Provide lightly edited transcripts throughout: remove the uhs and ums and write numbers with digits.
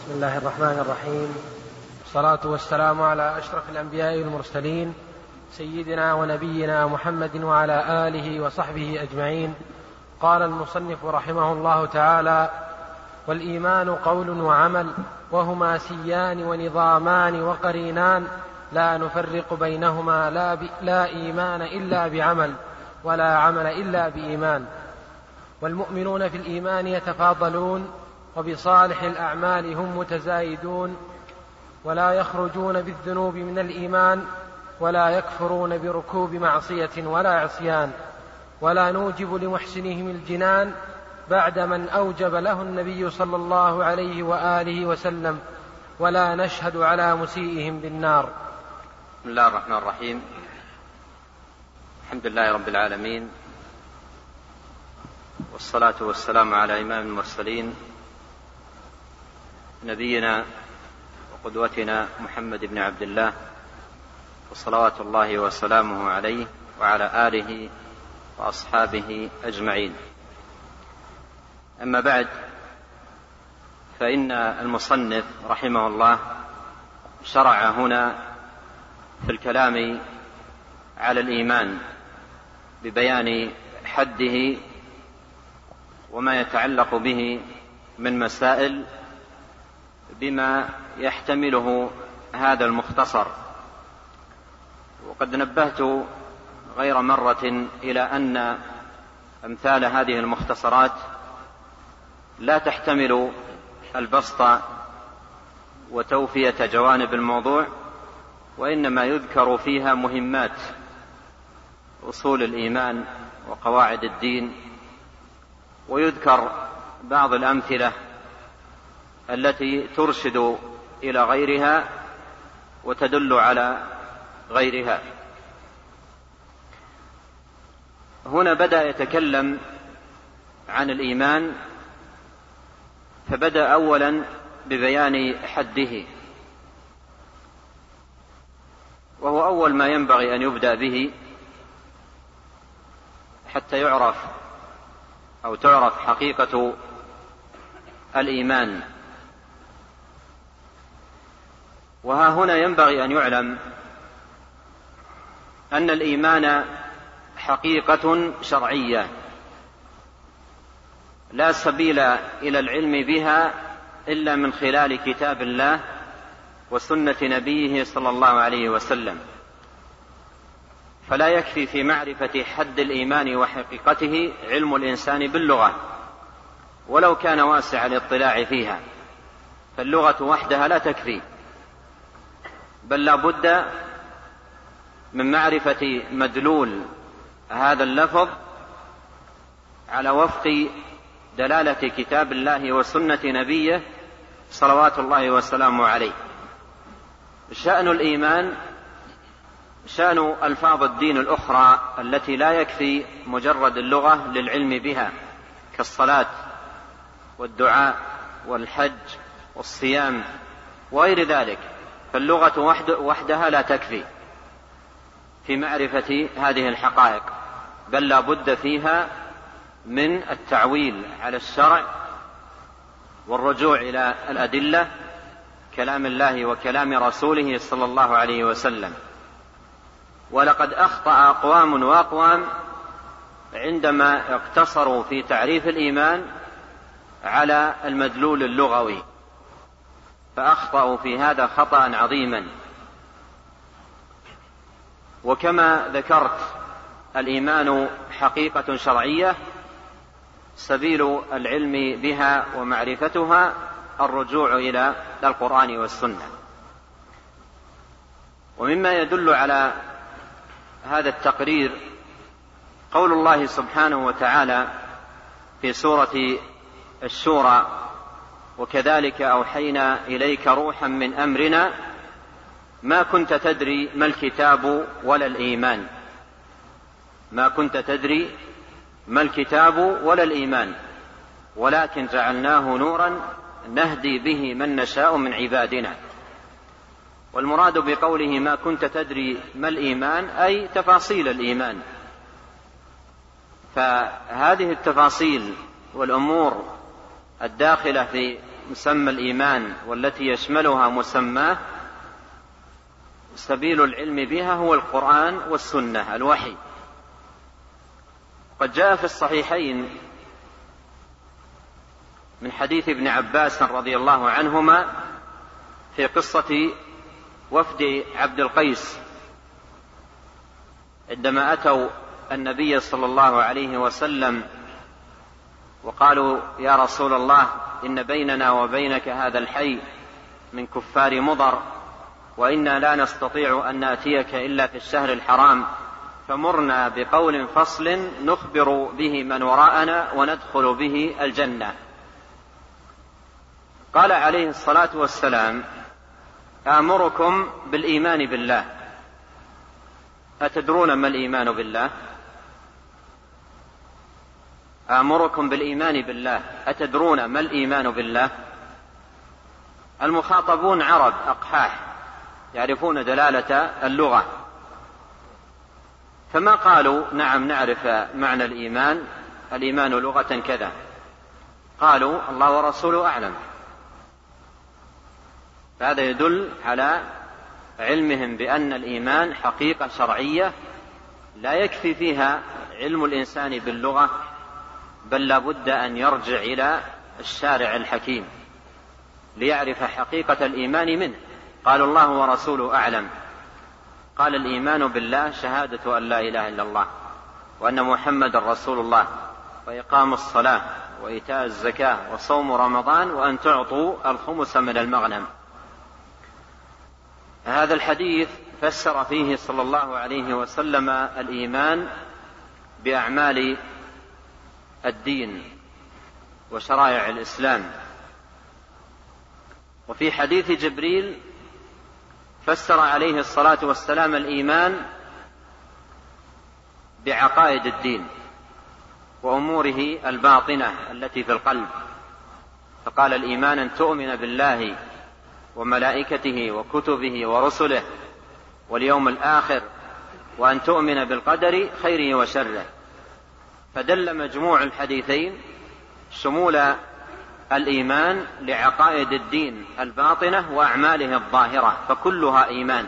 بسم الله الرحمن الرحيم، والصلاة والسلام على أشرف الأنبياء والمرسلين سيدنا ونبينا محمد وعلى آله وصحبه أجمعين. قال المصنف رحمه الله تعالى: والإيمان قول وعمل، وهما سيان ونظامان وقرينان، لا نفرق بينهما، لا إيمان إلا بعمل، ولا عمل إلا بإيمان. والمؤمنون في الإيمان يتفاضلون، وبصالح الأعمال هم متزايدون، ولا يخرجون بالذنوب من الإيمان، ولا يكفرون بركوب معصية ولا عصيان، ولا نوجب لمحسنهم الجنان بعد من أوجب له النبي صلى الله عليه وآله وسلم، ولا نشهد على مسيئهم بالنار. بسم الله الرحمن الرحيم. الحمد لله رب العالمين، والصلاة والسلام على إمام المرسلين نبينا وقدوتنا محمد بن عبد الله، وصلوات الله وسلامه عليه وعلى آله وأصحابه أجمعين. أما بعد، فإن المصنف رحمه الله شرع هنا في الكلام على الإيمان ببيان حده وما يتعلق به من مسائل بما يحتمله هذا المختصر. وقد نبهت غير مرة إلى أن أمثال هذه المختصرات لا تحتمل البسط وتوفية جوانب الموضوع، وإنما يذكر فيها مهمات أصول الإيمان وقواعد الدين، ويذكر بعض الأمثلة التي ترشد إلى غيرها وتدل على غيرها. هنا بدأ يتكلم عن الإيمان، فبدأ أولا ببيان حده، وهو أول ما ينبغي أن يبدأ به حتى يعرف أو تعرف حقيقة الإيمان. وها هنا ينبغي أن يعلم أن الإيمان حقيقة شرعية لا سبيل إلى العلم بها إلا من خلال كتاب الله وسنة نبيه صلى الله عليه وسلم. فلا يكفي في معرفة حد الإيمان وحقيقته علم الإنسان باللغة ولو كان واسع الاطلاع فيها، فاللغة وحدها لا تكفي، بل لا بد من معرفة مدلول هذا اللفظ على وفق دلالة كتاب الله وسنة نبيه صلوات الله وسلامه عليه. شأن الإيمان شأن ألفاظ الدين الأخرى التي لا يكفي مجرد اللغة للعلم بها، كالصلاة والدعاء والحج والصيام وغير ذلك، فاللغة وحدها لا تكفي في معرفة هذه الحقائق، بل لا بد فيها من التعويل على الشرع والرجوع إلى الأدلة، كلام الله وكلام رسوله صلى الله عليه وسلم. ولقد أخطأ أقوام وأقوام عندما اقتصروا في تعريف الإيمان على المدلول اللغوي، فأخطأوا في هذا خطأ عظيما. وكما ذكرت، الإيمان حقيقة شرعية سبيل العلم بها ومعرفتها الرجوع إلى القرآن والسنة. ومما يدل على هذا التقرير قول الله سبحانه وتعالى في سورة الشورى: وكذلك أوحينا إليك روحا من أمرنا ما كنت تدري ما الكتاب ولا الإيمان. ما كنت تدري ما الكتاب ولا الإيمان ولكن جعلناه نورا نهدي به من نشاء من عبادنا. والمراد بقوله ما كنت تدري ما الإيمان أي تفاصيل الإيمان. فهذه التفاصيل والأمور الداخلة في مسمى الإيمان والتي يشملها مسماه سبيل العلم بها هو القرآن والسنة الوحي. قد جاء في الصحيحين من حديث ابن عباس رضي الله عنهما في قصة وفد عبد القيس عندما أتوا النبي صلى الله عليه وسلم وقالوا يا رسول الله إن بيننا وبينك هذا الحي من كفار مضر وإنا لا نستطيع أن نأتيك إلا في الشهر الحرام فمرنا بقول فصل نخبر به من وراءنا وندخل به الجنة. قال عليه الصلاة والسلام آمركم بالإيمان بالله. أتدرون ما الإيمان بالله؟ آمركم بالإيمان بالله. أتدرون ما الإيمان بالله؟ المخاطبون عرب أقحاح يعرفون دلالة اللغة، فما قالوا نعم نعرف معنى الإيمان، الإيمان لغة كذا. قالوا الله ورسوله أعلم. هذا يدل على علمهم بأن الإيمان حقيقة شرعية لا يكفي فيها علم الإنسان باللغة، بل لا بد أن يرجع إلى الشارع الحكيم ليعرف حقيقة الإيمان منه. قالوا الله ورسوله أعلم. قال الإيمان بالله شهادة أن لا إله إلا الله وأن محمد رسول الله وإقام الصلاة وإيتاء الزكاة وصوم رمضان وأن تعطوا الخمس من المغنم. هذا الحديث فسر فيه صلى الله عليه وسلم الإيمان بأعمال الدين وشرائع الإسلام. وفي حديث جبريل فسر عليه الصلاة والسلام الإيمان بعقائد الدين وأموره الباطنة التي في القلب، فقال الإيمان أن تؤمن بالله وملائكته وكتبه ورسله واليوم الآخر وأن تؤمن بالقدر خيره وشره. فدل مجموع الحديثين شمول الإيمان لعقائد الدين الباطنة وأعماله الظاهرة، فكلها إيمان.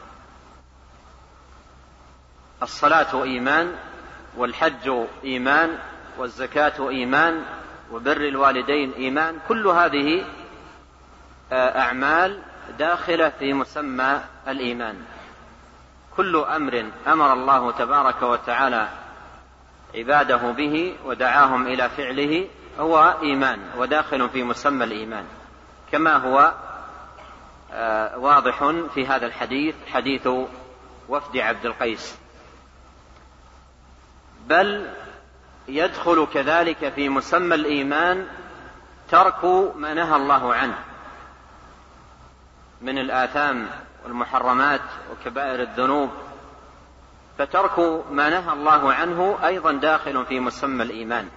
الصلاة إيمان، والحج إيمان، والزكاة إيمان، وبر الوالدين إيمان، كل هذه أعمال داخلة في مسمى الإيمان. كل أمر أمر الله تبارك وتعالى عباده به ودعاهم إلى فعله هو إيمان وداخل في مسمى الإيمان، كما هو واضح في هذا الحديث، حديث وفد عبد القيس. بل يدخل كذلك في مسمى الإيمان ترك ما نهى الله عنه من الآثام والمحرمات وكبائر الذنوب، فترك ما نهى الله عنه أيضا داخل في مسمى الإيمان.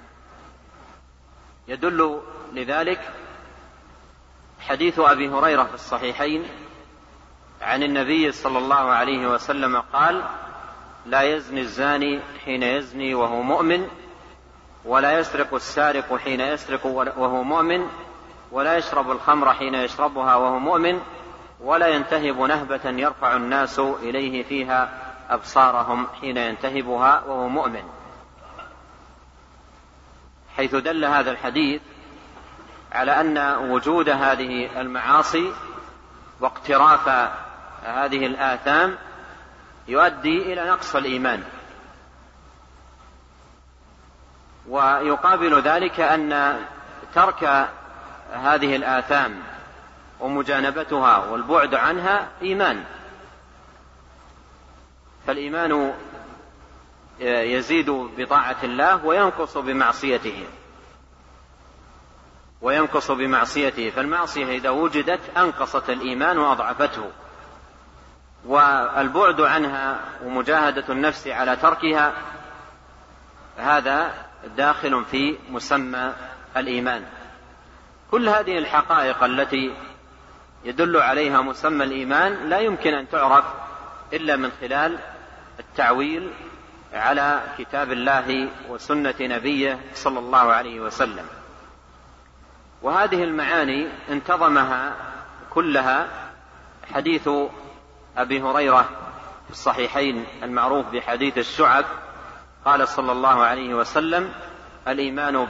يدل لذلك حديث أبي هريرة في الصحيحين عن النبي صلى الله عليه وسلم قال: لا يزني الزاني حين يزني وهو مؤمن، ولا يسرق السارق حين يسرق وهو مؤمن، ولا يشرب الخمر حين يشربها وهو مؤمن، ولا ينتهب نهبة يرفع الناس إليه فيها أبصارهم حين ينتهبها وهو مؤمن. حيث دل هذا الحديث على أن وجود هذه المعاصي واقتراف هذه الآثام يؤدي إلى نقص الإيمان. ويقابل ذلك أن ترك هذه الآثام ومجانبتها والبعد عنها إيمان. فالإيمان يزيد بطاعة الله وينقص بمعصيته، فالمعصية إذا وجدت أنقصت الإيمان وأضعفته، والبعد عنها ومجاهدة النفس على تركها هذا داخل في مسمى الإيمان. كل هذه الحقائق التي يدل عليها مسمى الإيمان لا يمكن أن تعرف إلا من خلال التعويل على كتاب الله وسنة نبيه صلى الله عليه وسلم. وهذه المعاني انتظمها كلها حديث أبي هريرة في الصحيحين المعروف بحديث الشعب. قال صلى الله عليه وسلم: الإيمان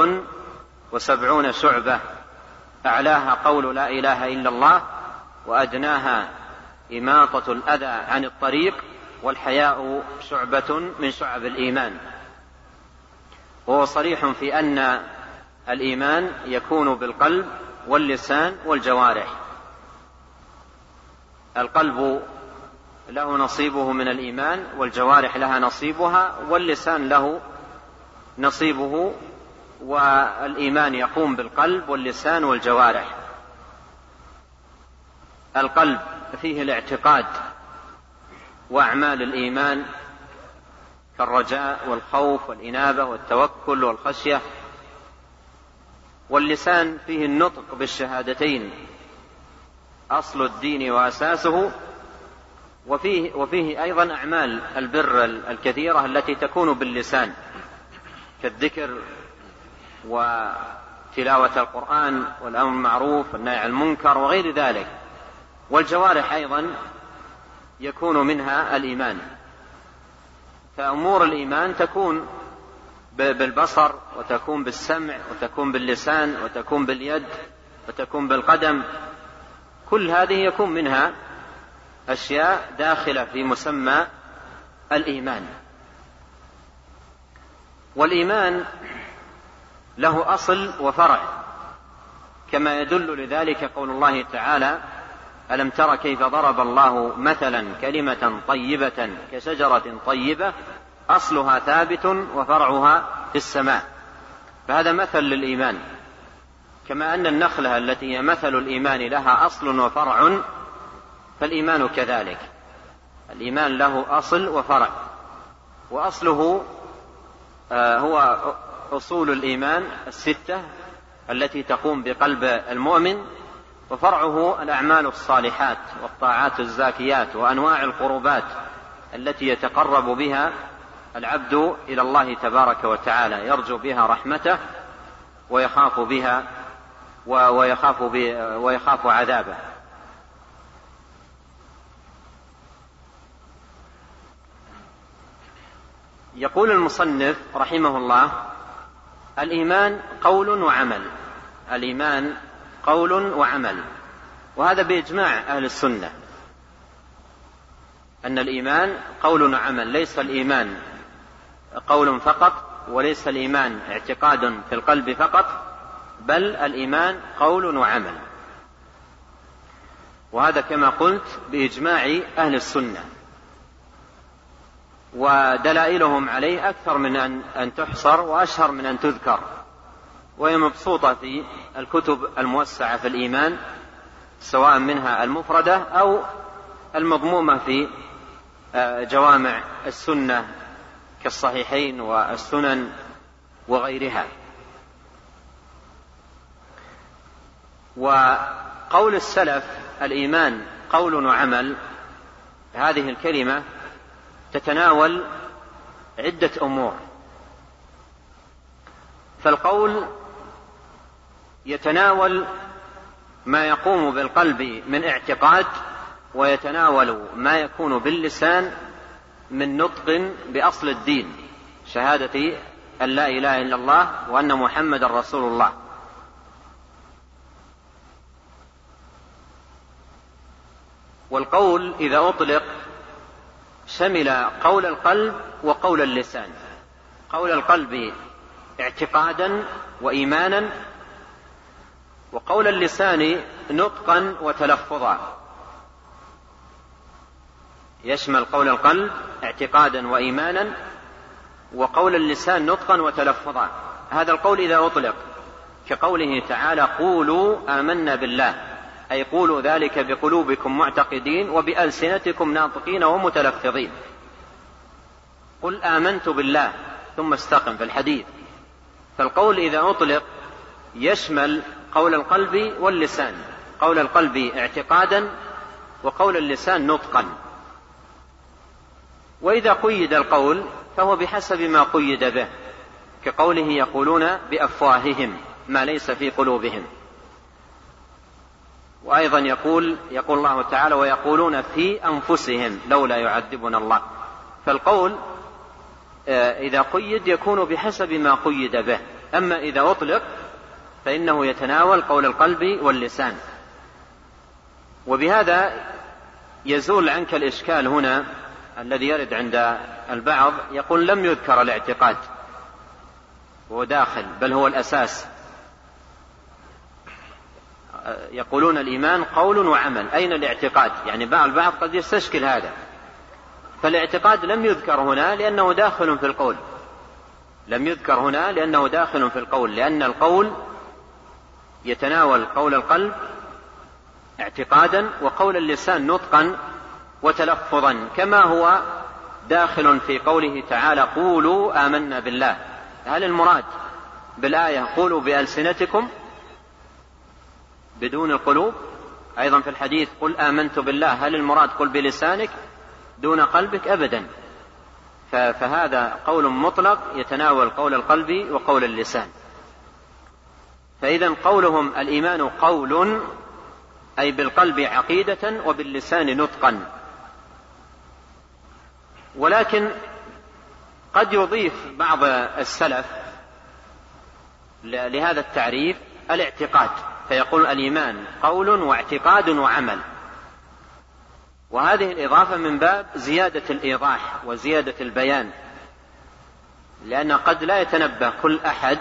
70 شعبة، أعلاها قول لا إله إلا الله، وأدناها إماطة الأذى عن الطريق، والحياء شعبة من شعب الإيمان. وهو صريح في أن الإيمان يكون بالقلب واللسان والجوارح. القلب له نصيبه من الإيمان، والجوارح لها نصيبها، واللسان له نصيبه، والإيمان يقوم بالقلب واللسان والجوارح. القلب فيه الاعتقاد وأعمال الإيمان كالرجاء والخوف والإنابة والتوكل والخشية، واللسان فيه النطق بالشهادتين أصل الدين وأساسه، وفيه أيضا أعمال البر الكثيرة التي تكون باللسان كالذكر وتلاوة القرآن والأمر بالمعروف والنهي عن المنكر وغير ذلك. والجوارح أيضا يكون منها الإيمان. فأمور الإيمان تكون بالبصر، وتكون بالسمع، وتكون باللسان، وتكون باليد، وتكون بالقدم. كل هذه يكون منها أشياء داخلة في مسمى الإيمان. والإيمان له أصل وفرع، كما يدل لذلك قول الله تعالى: ألم تر كيف ضرب الله مثلا كلمة طيبة كشجرة طيبة أصلها ثابت وفرعها في السماء. فهذا مثل للإيمان، كما أن النخلة التي هي مثل الإيمان لها أصل وفرع، فالإيمان كذلك. الإيمان له أصل وفرع، وأصله هو أصول الإيمان 6 التي تقوم بقلب المؤمن، وفرعه الأعمال الصالحات والطاعات الزاكيات وأنواع القربات التي يتقرب بها العبد إلى الله تبارك وتعالى، يرجو بها رحمته ويخاف عذابه. يقول المصنف رحمه الله: الإيمان قول وعمل. الإيمان قول وعمل، وهذا بإجماع أهل السنة أن الإيمان قول وعمل، ليس الإيمان قول فقط، وليس الإيمان اعتقاد في القلب فقط، بل الإيمان قول وعمل. وهذا كما قلت بإجماع أهل السنة، ودلائلهم عليه أكثر من أن تحصر وأشهر من أن تذكر، وهي مبسوطة في الكتب الموسعة في الإيمان، سواء منها المفردة أو المضمومة في جوامع السنة كالصحيحين والسنن وغيرها. وقول السلف الإيمان قول وعمل، هذه الكلمة تتناول عدة أمور. فالقول يتناول ما يقوم بالقلب من اعتقاد، ويتناول ما يكون باللسان من نطق بأصل الدين، شهادة أن لا إله إلا الله وأن محمد رسول الله. والقول إذا أطلق شمل قول القلب وقول اللسان. قول القلب اعتقادا وإيمانا، وقول اللسان نطقا وتلفظا. يشمل قول القلب اعتقادا وإيمانا، وقول اللسان نطقا وتلفظا. هذا القول إذا أطلق، كقوله تعالى: قولوا آمنا بالله، أي قولوا ذلك بقلوبكم معتقدين وبألسنتكم ناطقين ومتلفظين. قل آمنت بالله ثم استقم في الحديث. فالقول إذا أطلق يشمل قول القلب واللسان، قول القلب اعتقادا وقول اللسان نطقا. وإذا قيد القول فهو بحسب ما قيد به، كقوله يقولون بأفواههم، ما ليس في قلوبهم. وأيضا يقول الله تعالى: ويقولون في أنفسهم لولا يعذبنا الله. فالقول إذا قيد يكون بحسب ما قيد به، أما إذا أطلق فإنه يتناول قول القلب واللسان. وبهذا يزول عنك الإشكال هنا الذي يرد عند البعض، يقول لم يذكر الاعتقاد هو داخل بل هو الأساس. يقولون الإيمان قول وعمل، أين الاعتقاد؟ يعني البعض قد يستشكل هذا. فالاعتقاد لم يذكر هنا لأنه داخل في القول، لم يذكر هنا لأنه داخل في القول، لأن القول يتناول قول القلب اعتقادا وقول اللسان نطقا وتلفظا، كما هو داخل في قوله تعالى: قولوا آمنا بالله. هل المراد بالآية قولوا بألسنتكم بدون القلوب؟ أيضا في الحديث قل آمنت بالله، هل المراد قل بلسانك دون قلبك؟ أبدا. فهذا قول مطلق يتناول قول القلب وقول اللسان. فإذا قولهم الإيمان قول أي بالقلب عقيدة وباللسان نطقا. ولكن قد يضيف بعض السلف لهذا التعريف الاعتقاد، فيقول الإيمان قول واعتقاد وعمل، وهذه الإضافة من باب زيادة الإيضاح وزيادة البيان، لأن قد لا يتنبه كل أحد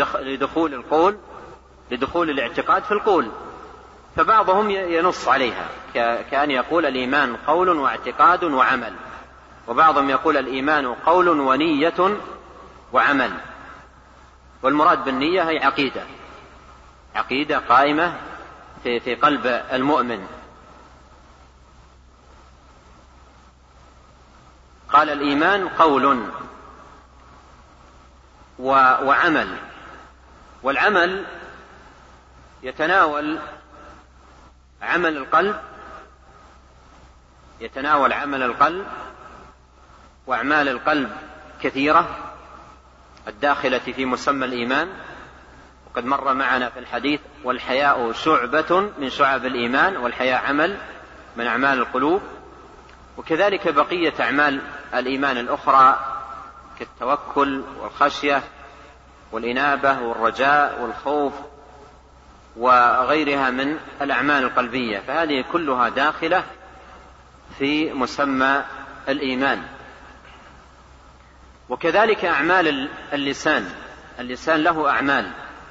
لدخول الاعتقاد في القول، فبعضهم ينص عليها كأن يقول الإيمان قول واعتقاد وعمل، وبعضهم يقول الإيمان قول ونية وعمل. والمراد بالنية هي عقيدة قائمة في قلب المؤمن. قال الإيمان قول وعمل، والعمل يتناول عمل القلب، يتناول عمل القلب وأعمال القلب كثيرة الداخلة في مسمى الإيمان، وقد مر معنا في الحديث: والحياء شعبة من شعب الإيمان، والحياء عمل من أعمال القلوب. وكذلك بقية أعمال الإيمان الأخرى كالتوكل والخشية والإنابة والرجاء والخوف وغيرها من الأعمال القلبية، فهذه كلها داخلة في مسمى الإيمان. وكذلك أعمال اللسان له أعمال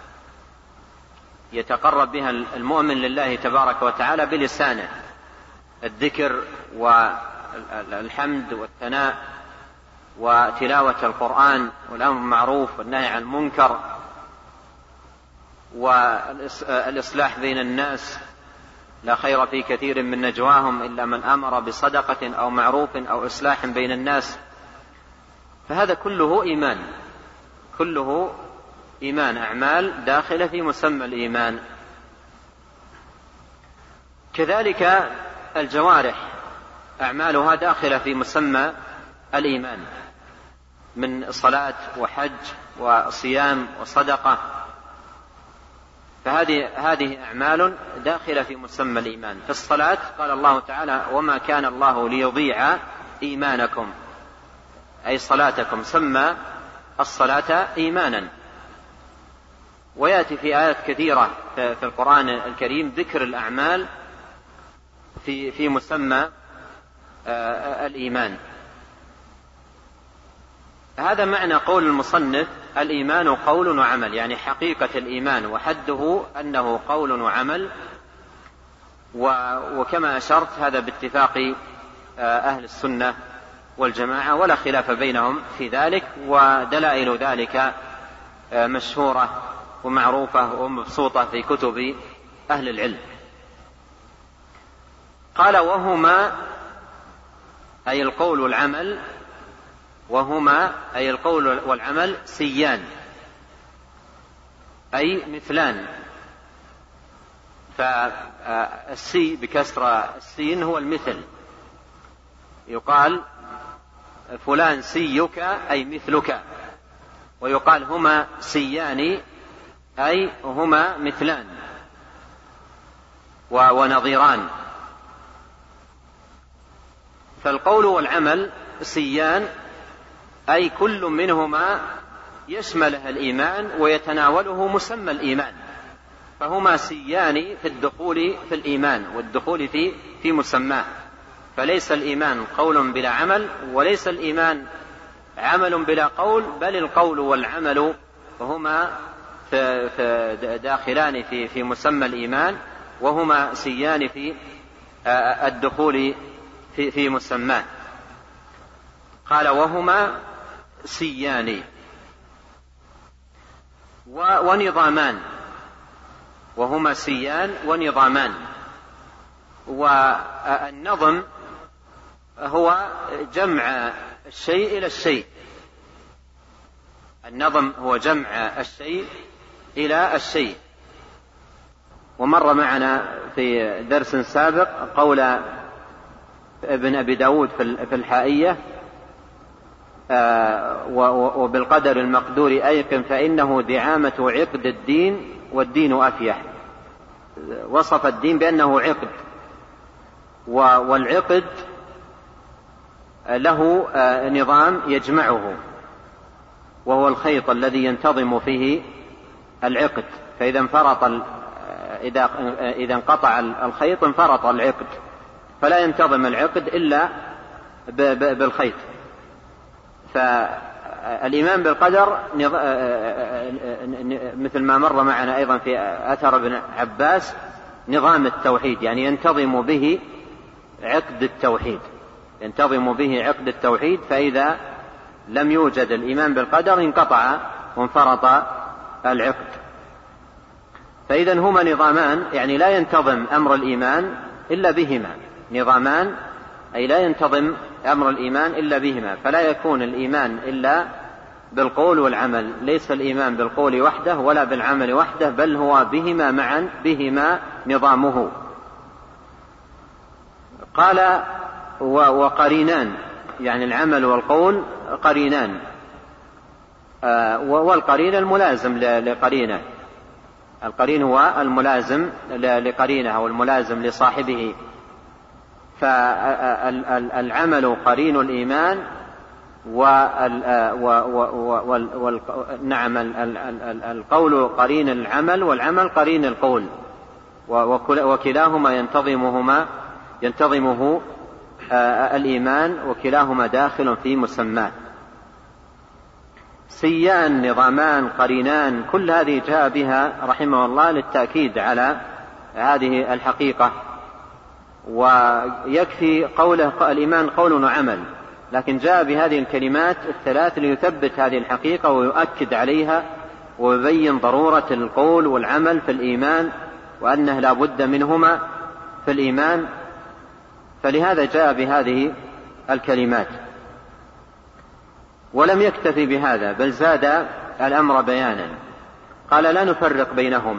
يتقرب بها المؤمن لله تبارك وتعالى بلسانه، الذكر والحمد والثناء وتلاوة القرآن والأمر بالمعروف والنهي عن المنكر والإصلاح بين الناس، لا خير في كثير من نجواهم إلا من أمر بصدقة أو معروف أو إصلاح بين الناس. فهذا كله إيمان، أعمال داخلة في مسمى الإيمان. كذلك الجوارح أعمالها داخلة في مسمى الإيمان، من صلاة وحج وصيام وصدقة، فهذه أعمال داخلة في مسمى الإيمان. في الصلاة قال الله تعالى: وما كان الله ليضيع إيمانكم، أي صلاتكم، سمى الصلاة إيمانا. ويأتي في آيات كثيرة في القرآن الكريم ذكر الأعمال في مسمى الإيمان. هذا معنى قول المصنف: الإيمان قول وعمل، يعني حقيقة الإيمان وحده أنه قول وعمل. وكما أشرت هذا باتفاق أهل السنة والجماعة ولا خلاف بينهم في ذلك، ودلائل ذلك مشهورة ومعروفة ومبسوطة في كتب أهل العلم. قال: وهما أي القول والعمل، وهما أي القول والعمل سيان، أي مثلان. فالسي بكسر السين هو المثل، يقال فلان سيك أي مثلك، ويقال هما سيان أي هما مثلان ونظيران. فالقول والعمل سيان، أي كل منهما يشمله الإيمان ويتناوله مسمى الإيمان، فهما سيان في الدخول في الإيمان والدخول في مسماه. فليس الإيمان قول بلا عمل، وليس الإيمان عمل بلا قول، بل القول والعمل هما داخلان في مسمى الإيمان، وهما سيان في الدخول في مسماه. قال وهما سيان ونظامان، وهما سيان ونظامان. والنظم هو جمع الشيء إلى الشيء، النظم هو جمع الشيء إلى الشيء. ومر معنا في درس سابق قول ابن أبي داود في الحائية: وبالقدر المقدور أيقن فإنه دعامة عقد الدين والدين أفيح. وصف الدين بأنه عقد، والعقد له نظام يجمعه، وهو الخيط الذي ينتظم فيه العقد. فإذا إذا انقطع الخيط انفرط العقد، فلا ينتظم العقد إلا بالخيط. فالإيمان بالقدر مثل ما مر معنا أيضا في أثر ابن عباس نظام التوحيد، يعني ينتظم به عقد التوحيد، ينتظم به عقد التوحيد. فإذا لم يوجد الإيمان بالقدر انقطع وانفرط العقد. فإذا هما نظامان، يعني لا ينتظم أمر الإيمان إلا بهما. نظامان أي لا ينتظم أمر الإيمان إلا بهما، فلا يكون الإيمان إلا بالقول والعمل. ليس الإيمان بالقول وحده ولا بالعمل وحده، بل هو بهما معا، بهما نظامه. قال وقرينان، يعني العمل والقول قرينان، والقرين الملازم لقرينه. القرين هو الملازم لقرينه أو الملازم لصاحبه. فالعمل قرين الإيمان، نعم القول قرين العمل والعمل قرين القول، وكلاهما ينتظمه الإيمان، وكلاهما داخل في مسماه. سيان، نظامان، قرينان، كل هذه جاء بها رحمه الله للتأكيد على هذه الحقيقة. ويكفي قوله الإيمان قول وعمل، لكن جاء بهذه الكلمات الثلاث ليثبت هذه الحقيقة ويؤكد عليها ويبين ضرورة القول والعمل في الإيمان، وأنه لا بد منهما في الإيمان. فلهذا جاء بهذه الكلمات. ولم يكتفي بهذا، بل زاد الأمر بيانا. قال لا نفرق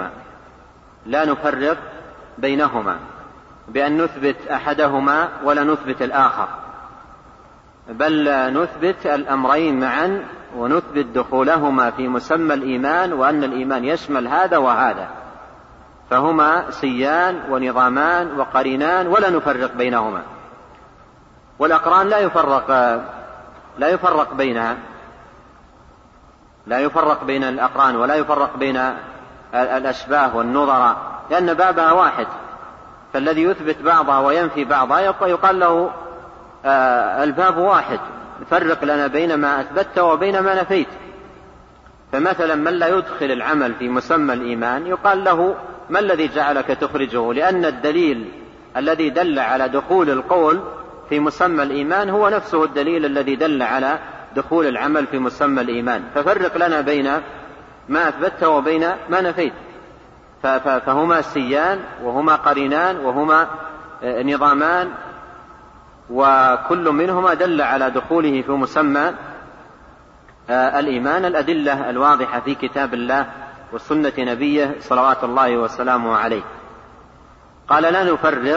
بينهما بأن نثبت أحدهما ولا نثبت الآخر، بل نثبت الأمرين معا، ونثبت دخولهما في مسمى الإيمان، وأن الإيمان يشمل هذا وهذا. فهما سيان ونظامان وقرينان، ولا نفرق بينهما. والأقران لا يفرق بينها، لا يفرق بين الأقران، ولا يفرق بين الأشباه والنظراء، لأن بابها واحد. فالذي يثبت بعضها وينفي بعضها يقال له الباب واحد، فرق لنا بين ما أثبت وبين ما نفيت. فمثلا من لا يدخل العمل في مسمى الإيمان يقال له ما الذي جعلك تخرجه؟ لأن الدليل الذي دل على دخول القول في مسمى الإيمان هو نفسه الدليل الذي دل على دخول العمل في مسمى الإيمان. ففرق لنا بين ما أثبت وبين ما نفيت. فهما سيان وهما قرينان وهما نظامان، وكل منهما دل على دخوله في مسمى الإيمان. الأدلة الواضحة في كتاب الله والسنة نبيه صلوات الله وسلامه عليه. قال لا نفرق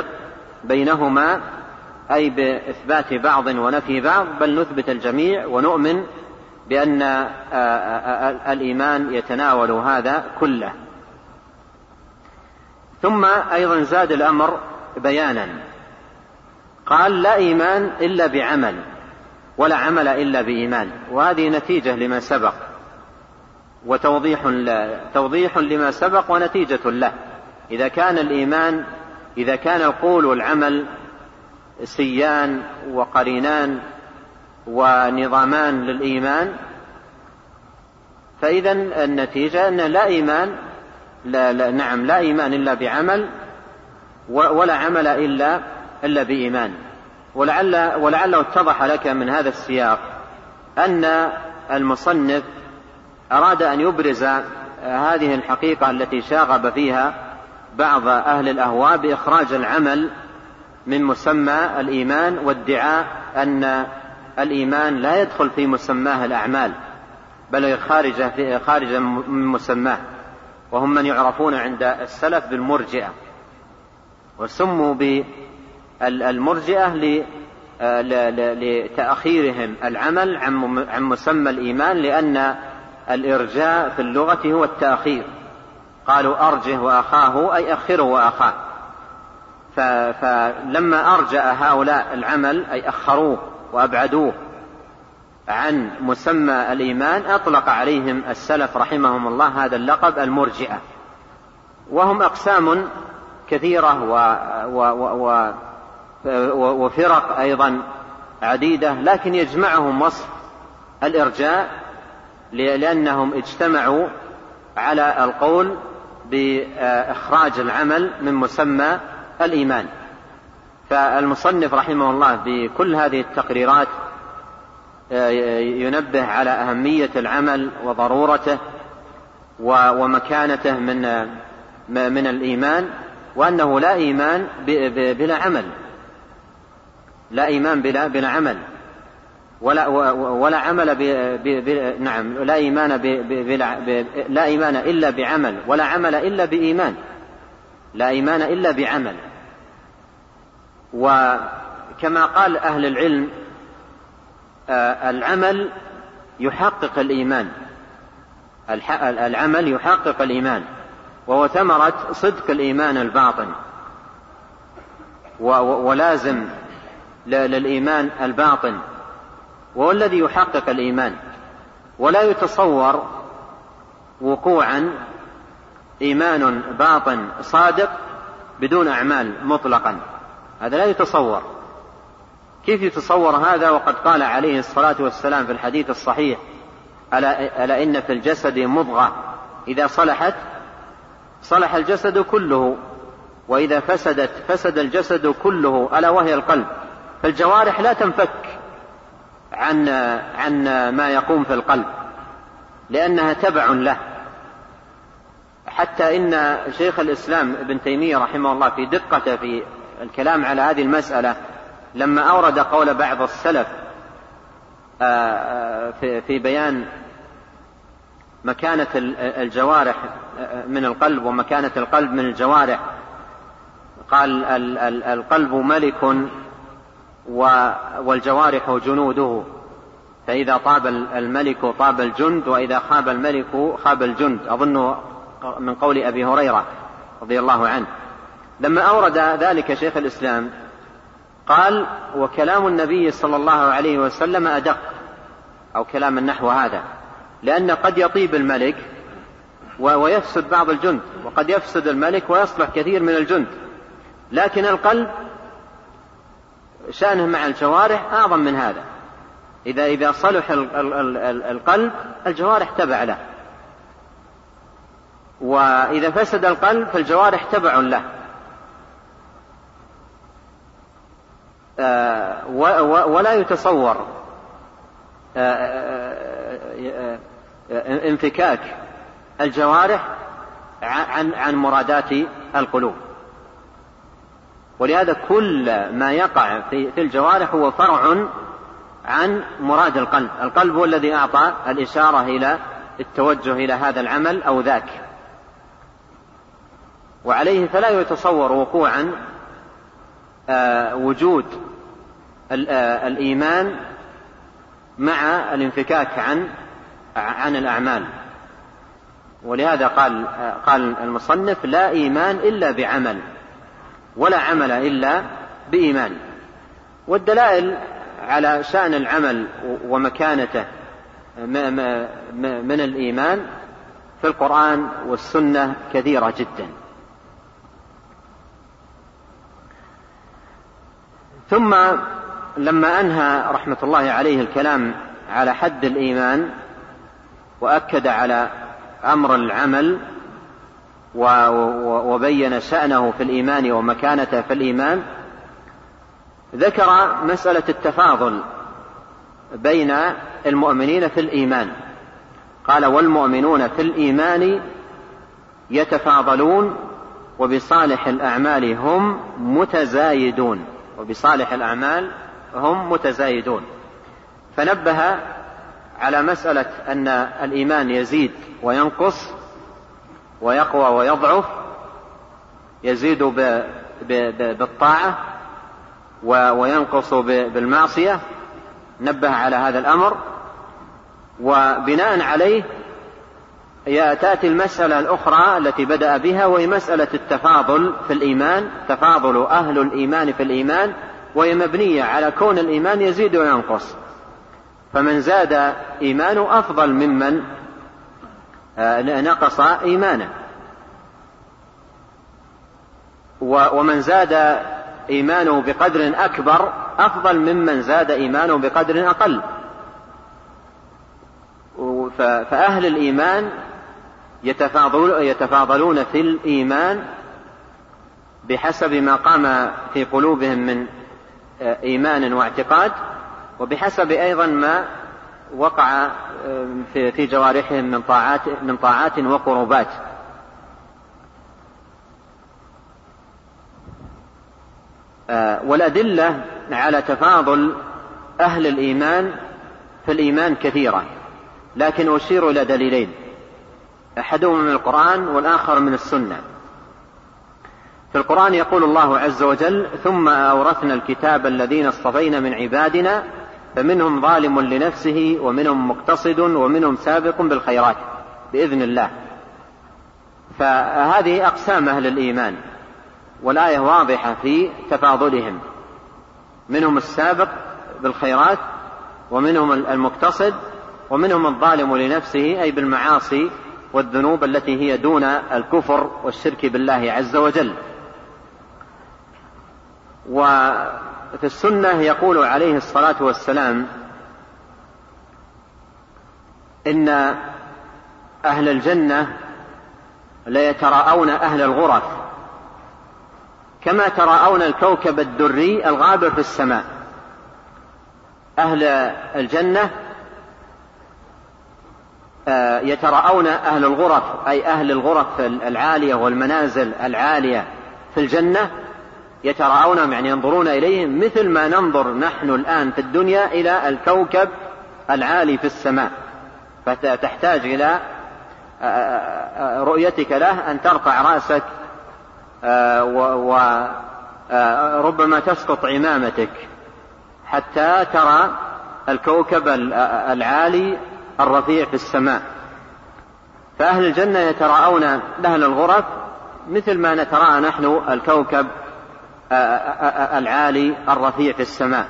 بينهما، أي بإثبات بعض ونفي بعض، بل نثبت الجميع ونؤمن بأن الإيمان يتناول هذا كله. ثم أيضا زاد الأمر بيانا، قال لا إيمان إلا بعمل ولا عمل إلا بإيمان، وهذه نتيجة لما سبق وتوضيح لما سبق ونتيجة له. إذا كان القول والعمل سيان وقرينان ونظامان للإيمان، فإذا النتيجة أن لا إيمان إلا بعمل ولا عمل إلا بإيمان. ولعله اتضح لك من هذا السياق أن المصنف أراد أن يبرز هذه الحقيقة التي شاغب فيها بعض أهل الأهواء بإخراج العمل من مسمى الإيمان، وادعاء أن الإيمان لا يدخل في مسماه الأعمال بل خارج من مسماه، وهم من يعرفون عند السلف بالمرجئة، وسموا بالمرجئة لتأخيرهم العمل عن مسمى الإيمان، لأن الإرجاء في اللغة هو التأخير، قالوا أرجه وأخاه أي أخره وأخاه. فلما أرجأ هؤلاء العمل أي أخروه وأبعدوه عن مسمى الإيمان، أطلق عليهم السلف رحمهم الله هذا اللقب المرجئة. وهم أقسام كثيرة وفرق أيضا عديدة، لكن يجمعهم وصف الإرجاء، لأنهم اجتمعوا على القول بإخراج العمل من مسمى الإيمان. فالمصنف رحمه الله بكل هذه التقريرات ينبه على أهمية العمل وضرورته ومكانته من الإيمان، وأنه لا إيمان بلا عمل، لا إيمان بلا عمل، ولا عمل لا إيمان إلا بعمل، ولا عمل إلا بإيمان، لا إيمان إلا بعمل. وكما قال أهل العلم العمل يحقق الإيمان، العمل يحقق الإيمان، وهو ثمرة صدق الإيمان الباطن، ولازم للإيمان الباطن، وهو الذي يحقق الإيمان. ولا يتصور وقوعا إيمان باطن صادق بدون أعمال مطلقا، هذا لا يتصور. كيف يتصور هذا وقد قال عليه الصلاة والسلام في الحديث الصحيح: ألا إن في الجسد مضغة إذا صلحت صلح الجسد كله، وإذا فسدت فسد الجسد كله، ألا وهي القلب. فالجوارح لا تنفك عن ما يقوم في القلب، لأنها تبع له. حتى إن شيخ الإسلام ابن تيمية رحمه الله في دقته في الكلام على هذه المسألة، لما أورد قول بعض السلف في بيان مكانة الجوارح من القلب ومكانة القلب من الجوارح، قال: القلب ملك والجوارح جنوده، فإذا طاب الملك طاب الجند، وإذا خاب الملك خاب الجند. أظن من قول أبي هريرة رضي الله عنه. لما أورد ذلك شيخ الإسلام قال: وكلام النبي صلى الله عليه وسلم أدق، أو كلام النحو هذا، لأن قد يطيب الملك ويفسد بعض الجند، وقد يفسد الملك ويصلح كثير من الجند، لكن القلب شأنه مع الجوارح أعظم من هذا. إذا صلح القلب الجوارح تبع له، وإذا فسد القلب فالجوارح تبع له. ولا يتصور انفكاك الجوارح عن مرادات القلوب، ولهذا كل ما يقع في الجوارح هو فرع عن مراد القلب. القلب هو الذي أعطى الإشارة إلى التوجه إلى هذا العمل أو ذاك، وعليه فلا يتصور وقوعا وجود الإيمان مع الانفكاك عن الأعمال. ولهذا قال المصنف: لا إيمان إلا بعمل، ولا عمل إلا بإيمان. والدلائل على شأن العمل ومكانته من الإيمان في القرآن والسنة كثيرة جدا. ثم لما أنهى رحمة الله عليه الكلام على حد الإيمان وأكد على أمر العمل وبين شأنه في الإيمان ومكانته في الإيمان، ذكر مسألة التفاضل بين المؤمنين في الإيمان. قال: والمؤمنون في الإيمان يتفاضلون وبصالح الأعمال هم متزايدون. وبصالح الأعمال هم متزايدون. فنبه على مسألة أن الإيمان يزيد وينقص ويقوى ويضعف، يزيد بالطاعة وينقص بالمعصية. نبه على هذا الأمر، وبناء عليه تأتي المسألة الأخرى التي بدأ بها، وهي مسألة التفاضل في الإيمان، تفاضل أهل الإيمان في الإيمان، وهي مبنية على كون الإيمان يزيد وينقص، فمن زاد إيمانه أفضل ممن نقص إيمانه، ومن زاد إيمانه بقدر أكبر أفضل ممن زاد إيمانه بقدر أقل. فأهل الإيمان يتفاضلون في الإيمان بحسب ما قام في قلوبهم من إيمان واعتقاد، وبحسب أيضا ما وقع في جوارحهم من طاعات وقربات. والأدلة على تفاضل أهل الإيمان في الإيمان كثيرة، لكن أشير إلى دليلين، أحدهما من القرآن والآخر من السنة. في القرآن يقول الله عز وجل: ثم أورثنا الكتاب الذين اصطفينا من عبادنا فمنهم ظالم لنفسه ومنهم مقتصد ومنهم سابق بالخيرات بإذن الله. فهذه أقسام أهل الإيمان، والآية واضحة في تفاضلهم، منهم السابق بالخيرات ومنهم المقتصد ومنهم الظالم لنفسه، أي بالمعاصي والذنوب التي هي دون الكفر والشرك بالله عز وجل. وفي السنة يقول عليه الصلاة والسلام: إن أهل الجنة ليتراءون أهل الغرف كما تراءون الكوكب الدري الغابر في السماء. أهل الجنة يتراءون أهل الغرف، أي أهل الغرف العالية والمنازل العالية في الجنة، يتراءونهم يعني ينظرون إليهم مثل ما ننظر نحن الآن في الدنيا إلى الكوكب العالي في السماء. فتحتاج إلى رؤيتك له أن ترفع رأسك وربما تسقط عمامتك حتى ترى الكوكب العالي الرفيع في السماء. فأهل الجنة يتراءون أهل الغرف مثل ما نتراءى نحن الكوكب العالي الرفيع في السماء.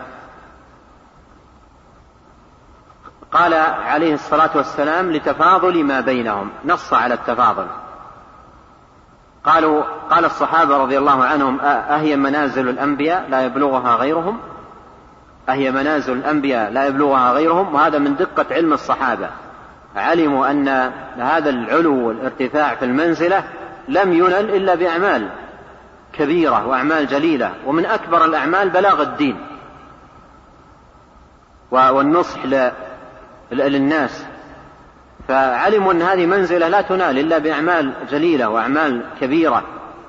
قال عليه الصلاة والسلام: لتفاضل ما بينهم، نص على التفاضل. قال الصحابة رضي الله عنهم: أهي منازل الأنبياء لا يبلغها غيرهم؟ أهي منازل الأنبياء لا يبلغها غيرهم؟ وهذا من دقة علم الصحابة، علموا أن هذا العلو والارتفاع في المنزلة لم ينل إلا بأعمال كبيرة وأعمال جليلة، ومن أكبر الأعمال بلاغ الدين والنصح للناس. فعلموا أن هذه منزلة لا تنال إلا بأعمال جليلة وأعمال كبيرة،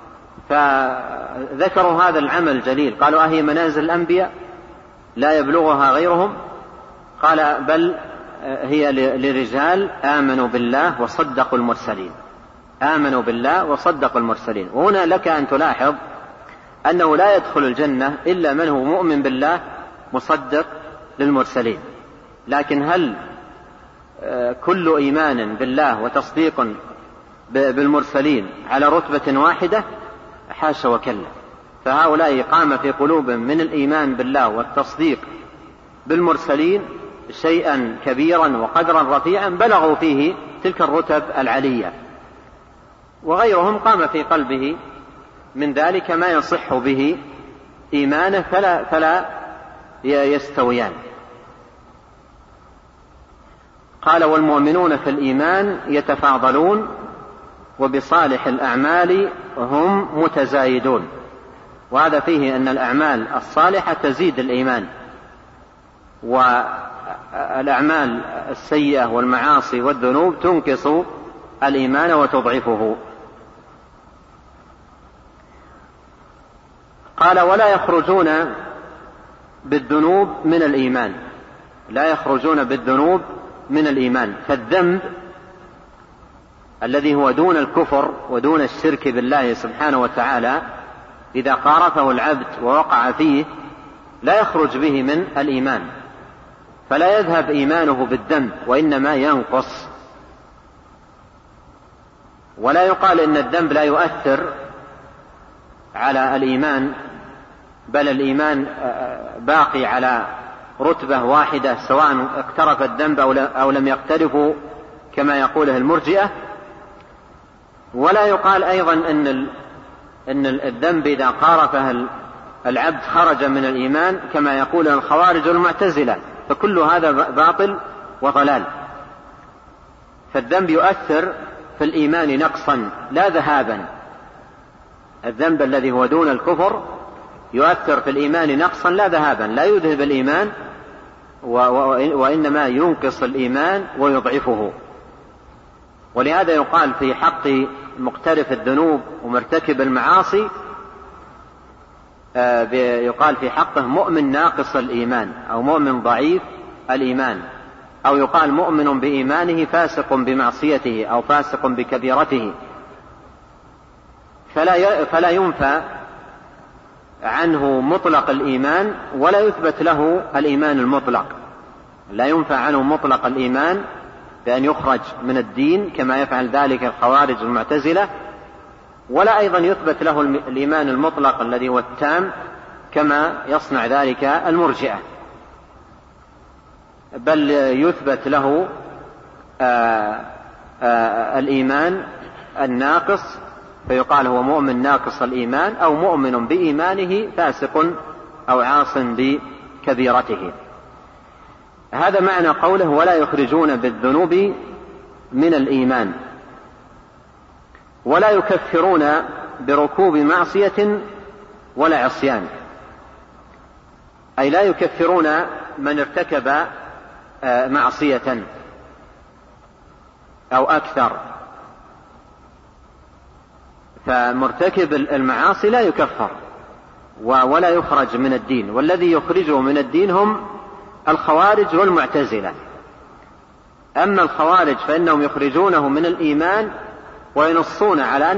فذكروا هذا العمل الجليل. قالوا: أهي منازل الأنبياء لا يبلغها غيرهم؟ قال: بل هي لرجال آمنوا بالله وصدقوا المرسلين. آمنوا بالله وصدقوا المرسلين. وهنا لك أن تلاحظ أنه لا يدخل الجنة إلا من هو مؤمن بالله مصدق للمرسلين، لكن هل كل إيمان بالله وتصديق بالمرسلين على رتبة واحدة؟ حاشا وكلا. فهؤلاء قام في قلوبهم من الإيمان بالله والتصديق بالمرسلين شيئا كبيرا وقدرا رفيعا بلغوا فيه تلك الرتب العلية، وغيرهم قام في قلبه من ذلك ما يصح به إيمانه فلا يستويان. قال: والمؤمنون في الإيمان يتفاضلون وبصالح الأعمال هم متزايدون. وهذا فيه أن الأعمال الصالحة تزيد الإيمان، والأعمال السيئة والمعاصي والذنوب تنقص الإيمان وتضعفه. قال: ولا يخرجون بالذنوب من الإيمان. لا يخرجون بالذنوب من الإيمان. فالذنب الذي هو دون الكفر ودون الشرك بالله سبحانه وتعالى إذا قارفه العبد ووقع فيه لا يخرج به من الإيمان، فلا يذهب إيمانه بالذنب وإنما ينقص. ولا يقال إن الذنب لا يؤثر على الإيمان، بل الإيمان باقي على رتبة واحدة سواء اقترف الذنب أو لم يقترفه كما يقوله المرجئة. ولا يقال أيضا إن الذنب إذا قارفه العبد خرج من الإيمان كما يقول الخوارج والمعتزلة، فكل هذا باطل وضلال. فالذنب يؤثر في الإيمان نقصا لا ذهابا. الذنب الذي هو دون الكفر يؤثر في الإيمان نقصا لا ذهابا، لا يذهب الإيمان وإنما ينقص الإيمان ويضعفه. ولهذا يقال في حق مقترف الذنوب ومرتكب المعاصي يقال في حقه مؤمن ناقص الإيمان أو مؤمن ضعيف الإيمان، أو يقال مؤمن بإيمانه فاسق بمعصيته أو فاسق بكبيرته. فلا ينفى عنه مطلق الإيمان ولا يثبت له الإيمان المطلق. لا ينفى عنه مطلق الإيمان بأن يخرج من الدين كما يفعل ذلك الخوارج المعتزلة، ولا أيضا يثبت له الإيمان المطلق الذي هو التام كما يصنع ذلك المرجئة، بل يثبت له الإيمان الناقص، فيقال هو مؤمن ناقص الإيمان أو مؤمن بإيمانه فاسق أو عاص بكبيرته. هذا معنى قوله: ولا يخرجون بالذنوب من الإيمان. ولا يكفرون بركوب معصية ولا عصيان، أي لا يكفرون من ارتكب معصية أو أكثر. فمرتكب المعاصي لا يكفر ولا يخرج من الدين، والذي يخرجه من الدين هم الخوارج والمعتزلة. أما الخوارج فإنهم يخرجونه من الإيمان وينصون على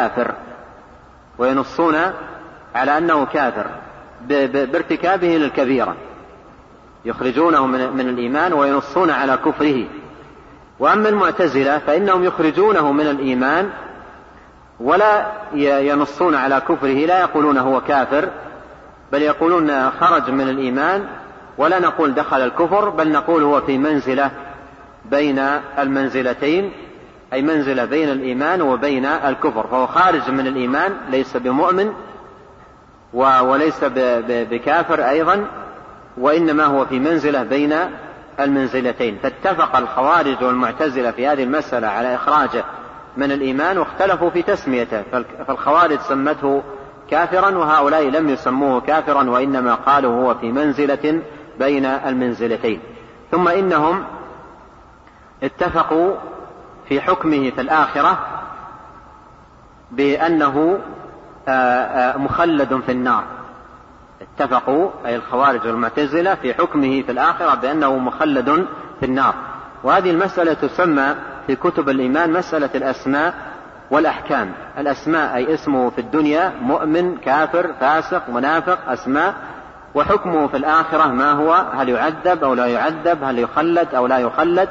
أنه كافر بارتكابه للكبيرة، يخرجونه من الإيمان وينصون على كفره. وأما المعتزلة فإنهم يخرجونه من الإيمان ولا ينصون على كفره، لا يقولون هو كافر، بل يقولون خرج من الإيمان، ولا نقول دخل الكفر، بل نقول هو في منزلة بين المنزلتين، أي منزلة بين الإيمان وبين الكفر، فهو خارج من الإيمان ليس بمؤمن وليس بكافر أيضا، وإنما هو في منزلة بين المنزلتين. فاتفق الخوارج والمعتزلة في هذه المسألة على إخراجه من الإيمان، واختلفوا في تسميته، فالخوارج سمته كافرا وهؤلاء لم يسموه كافرا، وإنما قالوا هو في منزلة بين المنزلتين. ثم إنهم اتفقوا في حكمه في الآخرة بأنه مخلد في النار. اتفقوا أي الخوارج والمعتزلة في حكمه في الآخرة بأنه مخلد في النار. وهذه المسألة تسمى في كتب الإيمان مسألة الأسماء والأحكام. الأسماء أي اسمه في الدنيا مؤمن كافر فاسق منافق أسماء، وحكمه في الآخرة ما هو، هل يعذب أو لا يعذب، هل يخلد أو لا يخلد.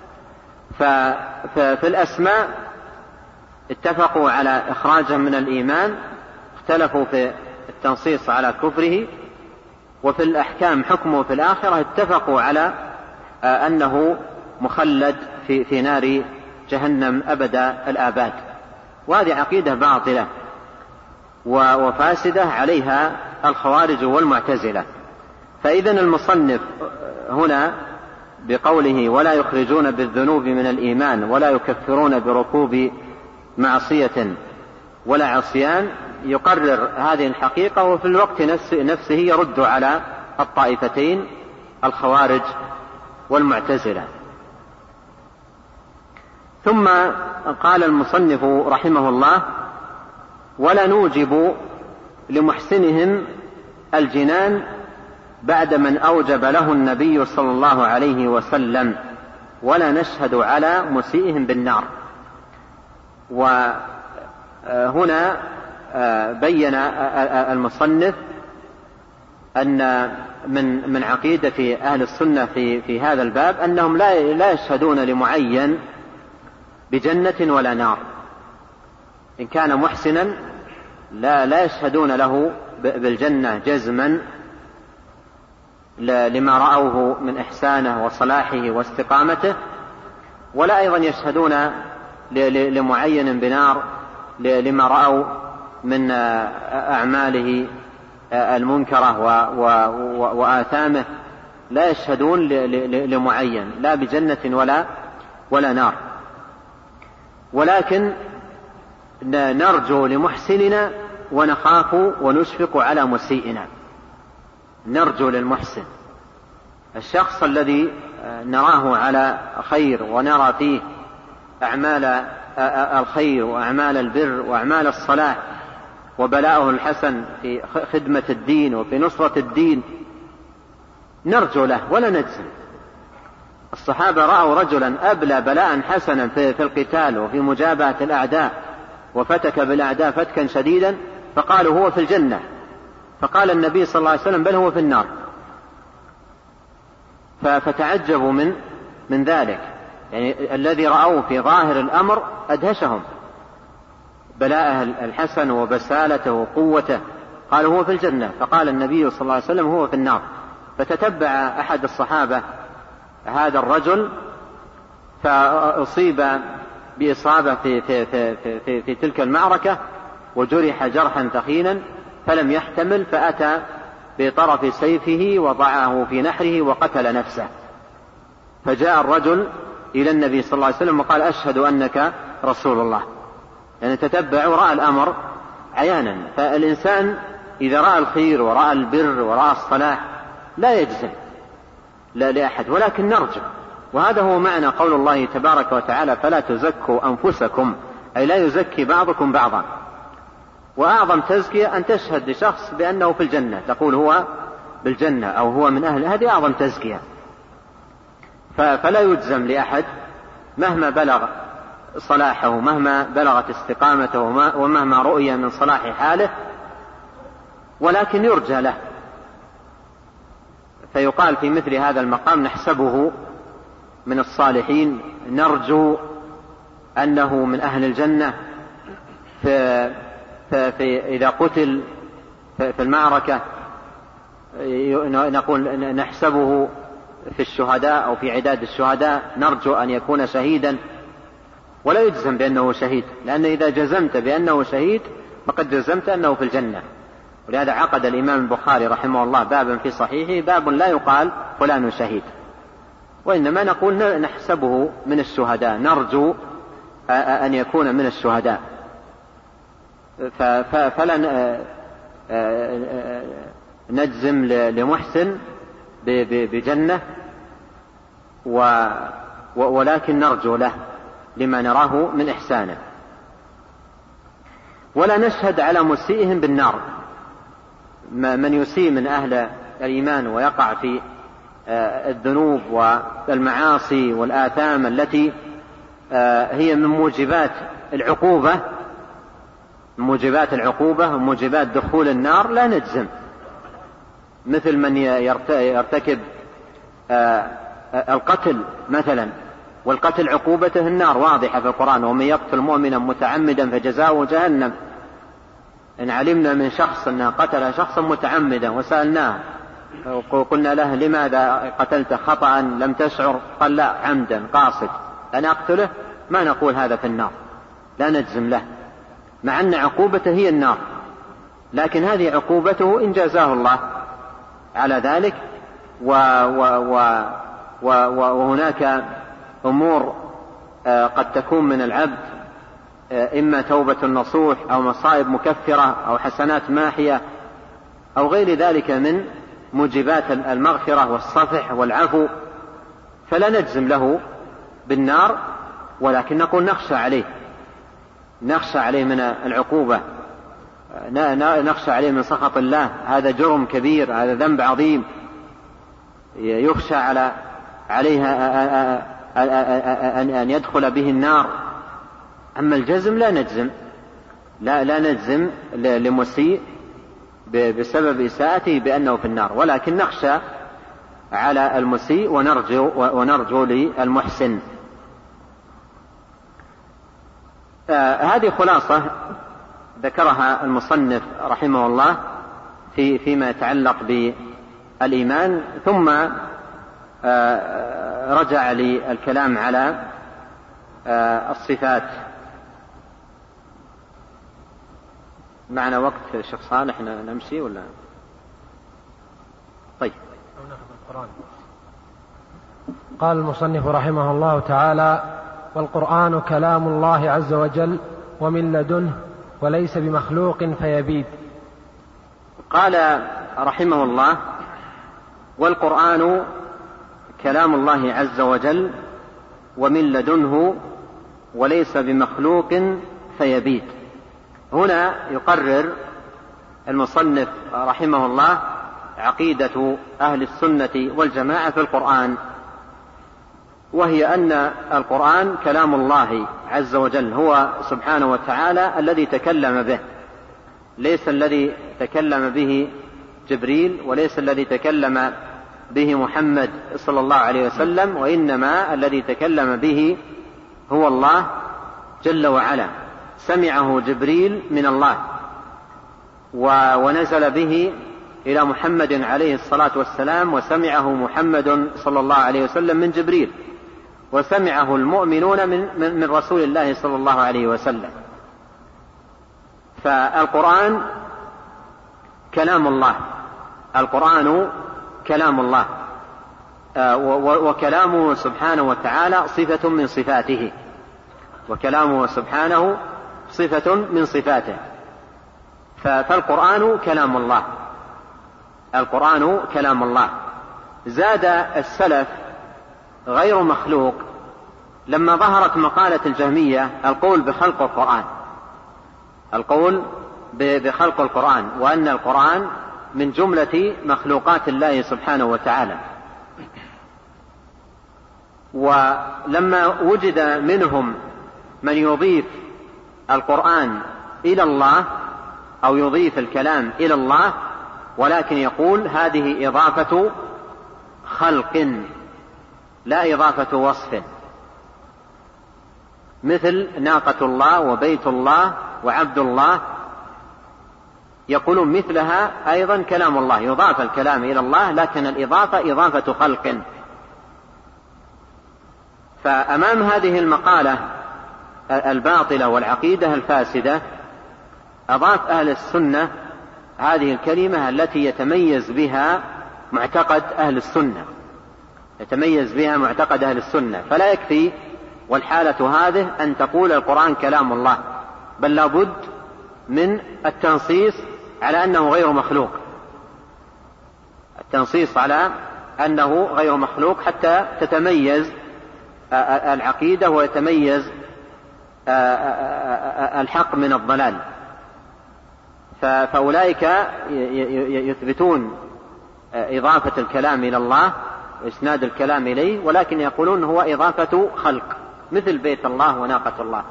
ففي الأسماء اتفقوا على إخراجه من الإيمان، اختلفوا في التنصيص على كفره. وفي الأحكام حكمه في الآخرة اتفقوا على أنه مخلد في نار جهنم أبد الآباد. وهذه عقيدة باطلة وفاسدة عليها الخوارج والمعتزلة. فإذا المصنف هنا بقوله ولا يخرجون بالذنوب من الإيمان ولا يكفرون بركوب معصية ولا عصيان، يقرر هذه الحقيقة، وفي الوقت نفسه يرد على الطائفتين الخوارج والمعتزلة. ثم قال المصنف رحمه الله ولا نوجب لمحسنهم الجنان بعد من أوجب له النبي صلى الله عليه وسلم، ولا نشهد على مسيئهم بالنار. وهنا بين المصنف أن من عقيدة أهل السنة في هذا الباب أنهم لا يشهدون لمعين بجنة ولا نار. إن كان محسنا لا يشهدون له بالجنة جزما لما رأوه من إحسانه وصلاحه واستقامته، ولا أيضا يشهدون لمعين بنار لما رأوا من أعماله المنكرة وآثامه. لا يشهدون لمعين لا بجنة ولا نار، ولكن نرجو لمحسننا ونخاف ونشفق على مسيئنا. نرجو للمحسن، الشخص الذي نراه على خير ونرى فيه أعمال الخير وأعمال البر وأعمال الصلاح وبلاءه الحسن في خدمة الدين وفي نصرة الدين، نرجو له ولا نجزم. الصحابة رأوا رجلا أبلى بلاء حسنا في القتال وفي مجابهة الأعداء وفتك بالأعداء فتكا شديدا، فقالوا هو في الجنة، فقال النبي صلى الله عليه وسلم بل هو في النار. فتعجبوا من ذلك، يعني الذي رأوه في ظاهر الأمر أدهشهم، بلاءه الحسن وبسالته وقوته، قالوا هو في الجنة، فقال النبي صلى الله عليه وسلم هو في النار. فتتبع أحد الصحابة هذا الرجل فأصيب بإصابة في تلك المعركة وجرح جرحا ثخينا فلم يحتمل، فأتى بطرف سيفه وضعه في نحره وقتل نفسه. فجاء الرجل إلى النبي صلى الله عليه وسلم وقال أشهد أنك رسول الله. يعني تتبع ورأى الأمر عيانا. فالإنسان إذا رأى الخير ورأى البر ورأى الصلاح لا يجزم لا لأحد، ولكن نرجو. وهذا هو معنى قول الله تبارك وتعالى فلا تزكوا أنفسكم، أي لا يزكي بعضكم بعضا. وأعظم تزكية أن تشهد لشخص بأنه في الجنة، تقول هو بالجنة أو هو من أهل، هذه أعظم تزكية. فلا يجزم لأحد مهما بلغ صلاحه، مهما بلغت استقامته، ومهما رؤي من صلاح حاله، ولكن يرجى له. فيقال في مثل هذا المقام نحسبه من الصالحين، نرجو أنه من أهل الجنة. إذا قتل في المعركة نقول نحسبه في الشهداء أو في عداد الشهداء، نرجو أن يكون شهيدا، ولا يجزم بأنه شهيد، لأن إذا جزمت بأنه شهيد فقد جزمت أنه في الجنة. ولهذا عقد الإمام البخاري رحمه الله بابا في صحيحه، باب لا يقال فلان شهيد، وإنما نقول نحسبه من الشهداء، نرجو أن يكون من الشهداء. فلا نجزم لمحسن بجنة، ولكن نرجو له لما نراه من إحسانه. ولا نشهد على مسيئهم بالنار، من يسيء من أهل الإيمان ويقع في الذنوب والمعاصي والآثام التي هي من موجبات العقوبة وموجبات دخول النار، لا نجزم مثل من يرتكب القتل مثلا، والقتل عقوبته النار واضحة في القرآن: ومن يقتل مؤمنا متعمدا فجزاؤه جهنم. إن علمنا من شخص أنه قتل شخصا متعمدا وسألناه وقلنا له: لماذا قتلت خطأ لم تشعر؟ قال: لا، عمدا قاصد أنا أقتله، ما نقول هذا في النار، لا نجزم له، مع أن عقوبته هي النار، لكن هذه عقوبته إن جازاه الله على ذلك. وهناك أمور قد تكون من العبد، إما توبة نصوح أو مصائب مكفرة أو حسنات ماحية أو غير ذلك من موجبات المغفرة والصفح والعفو، فلا نجزم له بالنار، ولكن نقول نخشى عليه من العقوبة، نخشى عليه من سخط الله. هذا جرم كبير، هذا ذنب عظيم يخشى عليه أن يدخل به النار. أما الجزم لا نجزم، لا نجزم لمسيء بسبب إساءته بأنه في النار، ولكن نخشى على المسيء ونرجو للمحسن. هذه خلاصة ذكرها المصنف رحمه الله فيما يتعلق بالإيمان، ثم رجع للكلام على الصفات. معنا وقت شيخ صالح نمشي ولا؟ طيب. قال المصنف رحمه الله تعالى: والقرآن كلام الله عز وجل ومن لدنه وليس بمخلوق فيبيد. قال رحمه الله: والقرآن كلام الله عز وجل ومن لدنه وليس بمخلوق فيبيد. هنا يقرر المصنف رحمه الله عقيدة أهل السنة والجماعة في القرآن، وهي أن القرآن كلام الله عز وجل، هو سبحانه وتعالى الذي تكلم به، ليس الذي تكلم به جبريل، وليس الذي تكلم به محمد صلى الله عليه وسلم، وإنما الذي تكلم به هو الله جل وعلا. سمعه جبريل من الله ونزل به إلى محمد عليه الصلاة والسلام، وسمعه محمد صلى الله عليه وسلم من جبريل، وسمعه المؤمنون من رسول الله صلى الله عليه وسلم. فالقرآن كلام الله، القرآن كلام الله، وكلامه سبحانه وتعالى صفة من صفاته، وكلامه سبحانه صفة من صفاته. فالقرآن كلام الله، القرآن كلام الله. زاد السلف غير مخلوق لما ظهرت مقالة الجهمية القول بخلق القرآن، القول بخلق القرآن، وأن القرآن من جملة مخلوقات الله سبحانه وتعالى. ولما وجد منهم من يضيف القرآن إلى الله أو يضيف الكلام إلى الله، ولكن يقول هذه إضافة خلق لا إضافة وصف، مثل ناقة الله وبيت الله وعبد الله، يقولون مثلها أيضا كلام الله، يضاف الكلام إلى الله، لكن الإضافة إضافة خلق. فأمام هذه المقالة الباطلة والعقيدة الفاسدة أضاف أهل السنة هذه الكلمة التي يتميز بها معتقد أهل السنة، يتميز بها معتقد أهل السنة. فلا يكفي والحالة هذه أن تقول القرآن كلام الله، بل لابد من التنصيص على أنه غير مخلوق، التنصيص على أنه غير مخلوق حتى تتميز العقيدة ويتميز الحق من الضلال. فأولئك يثبتون إضافة الكلام إلى الله وإسناد الكلام إليه، ولكن يقولون هو إضافة خلق، مثل بيت الله وناقة الله.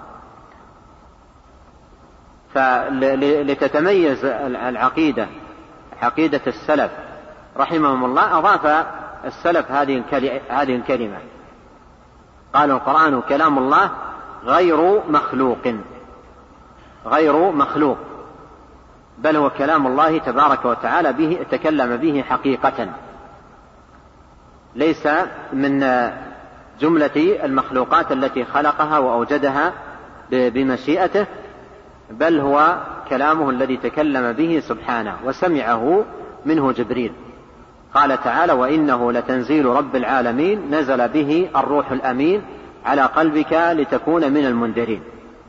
فلتتميز العقيدة، عقيدة السلف رحمهم الله أضاف السلف هذه الكلمة، قالوا القرآن كلام الله غير مخلوق، بل هو كلام الله تبارك وتعالى به تكلم به حقيقة، ليس من جملة المخلوقات التي خلقها وأوجدها بمشيئته، بل هو كلامه الذي تكلم به سبحانه وسمعه منه جبريل. قال تعالى: وإنه لتنزيل رب العالمين نزل به الروح الأمين على قلبك لتكون من المنذرين.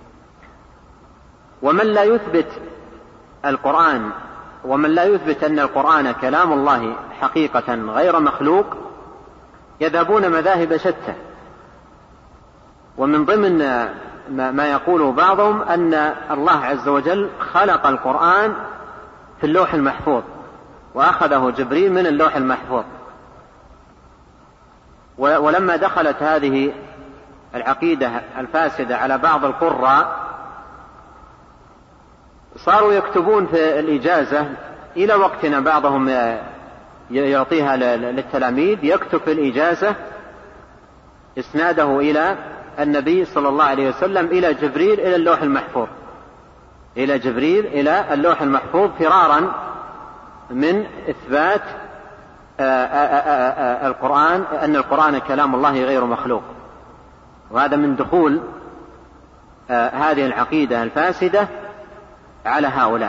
ومن لا يثبت القرآن ومن لا يثبت أن القرآن كلام الله حقيقة غير مخلوق يذهبون مذاهب شتى، ومن ضمن ما يقول بعضهم أن الله عز وجل خلق القرآن في اللوح المحفوظ وأخذه جبريل من اللوح المحفوظ. ولما دخلت هذه العقيدة الفاسدة على بعض القراء صاروا يكتبون في الإجازة إلى وقتنا، بعضهم يعطيها للتلاميذ، يكتب في الإجازة إسناده إلى النبي صلى الله عليه وسلم إلى جبريل إلى اللوح المحفوظ فرارا من إثبات القرآن أن القرآن كلام الله غير مخلوق. وهذا من دخول هذه العقيدة الفاسدة على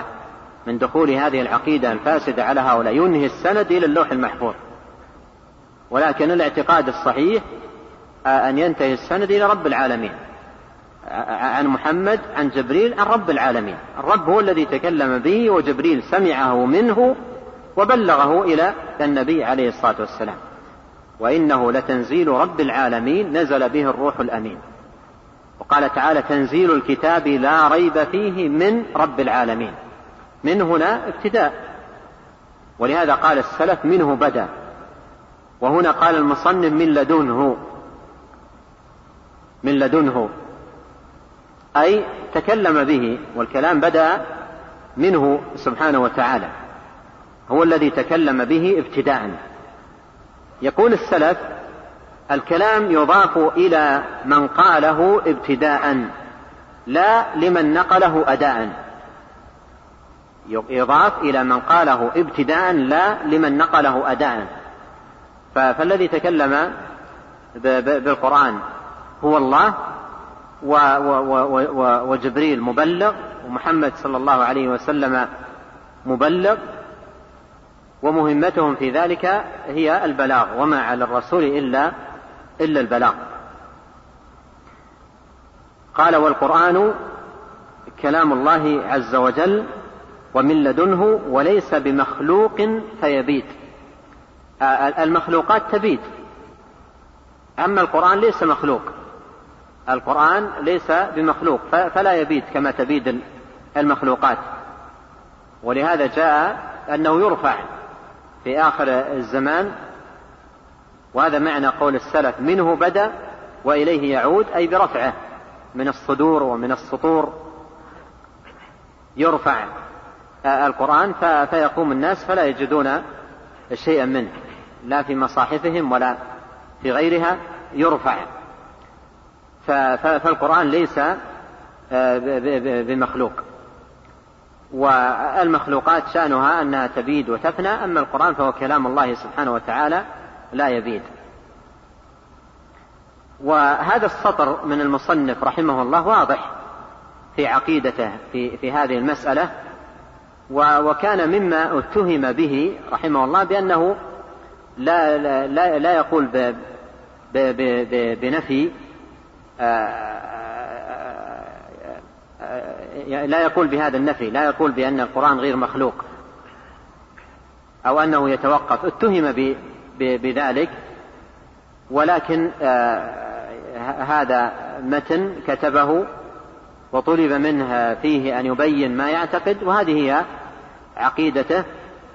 هؤلاء، ينهي السند إلى اللوح المحفوظ، ولكن الاعتقاد الصحيح أن ينتهي السند إلى رب العالمين، عن محمد عن جبريل عن رب العالمين. الرب هو الذي تكلم به، وجبريل سمعه منه وبلغه إلى النبي عليه الصلاة والسلام. وإنه لتنزيل رب العالمين نزل به الروح الأمين. وقال تعالى: تنزيل الكتاب لا ريب فيه من رب العالمين. من هنا ابتداء، ولهذا قال السلف منه بدأ، وهنا قال المصنف من لدنه أي تكلم به، والكلام بدأ منه سبحانه وتعالى، هو الذي تكلم به ابتداء. يقول السلف: الكلام يضاف إلى من قاله ابتداء لا لمن نقله أداء. يضاف إلى من قاله ابتداء لا لمن نقله أداء. فالذي تكلم بالقرآن هو الله، وجبريل مبلغ، ومحمد صلى الله عليه وسلم مبلغ، ومهمتهم في ذلك هي البلاغ، وما على الرسول إلا البلاغ. قال: والقرآن كلام الله عز وجل ومن لدنه وليس بمخلوق فيبيد. المخلوقات تبيد، أما القرآن ليس مخلوق، القرآن ليس بمخلوق فلا يبيد كما تبيد المخلوقات. ولهذا جاء أنه يرفع في آخر الزمان، وهذا معنى قول السلف: منه بدأ وإليه يعود، أي برفعه من الصدور ومن السطور يرفع القرآن، فيقوم الناس فلا يجدون شيئا منه، لا في مصاحفهم ولا في غيرها، يرفع. فالقرآن ليس بمخلوق، والمخلوقات شأنها أنها تبيد وتفنى، أما القرآن فهو كلام الله سبحانه وتعالى لا يبيد. وهذا السطر من المصنف رحمه الله واضح في عقيدته في هذه المسألة، وكان مما اتهم به رحمه الله بأنه لا يقول بنفي، لا يقول بهذا النفي، لا يقول بأن القرآن غير مخلوق أو أنه يتوقف. اتهم بذلك، ولكن هذا متن كتبه وطلب منه فيه أن يبين ما يعتقد، وهذه هي عقيدته.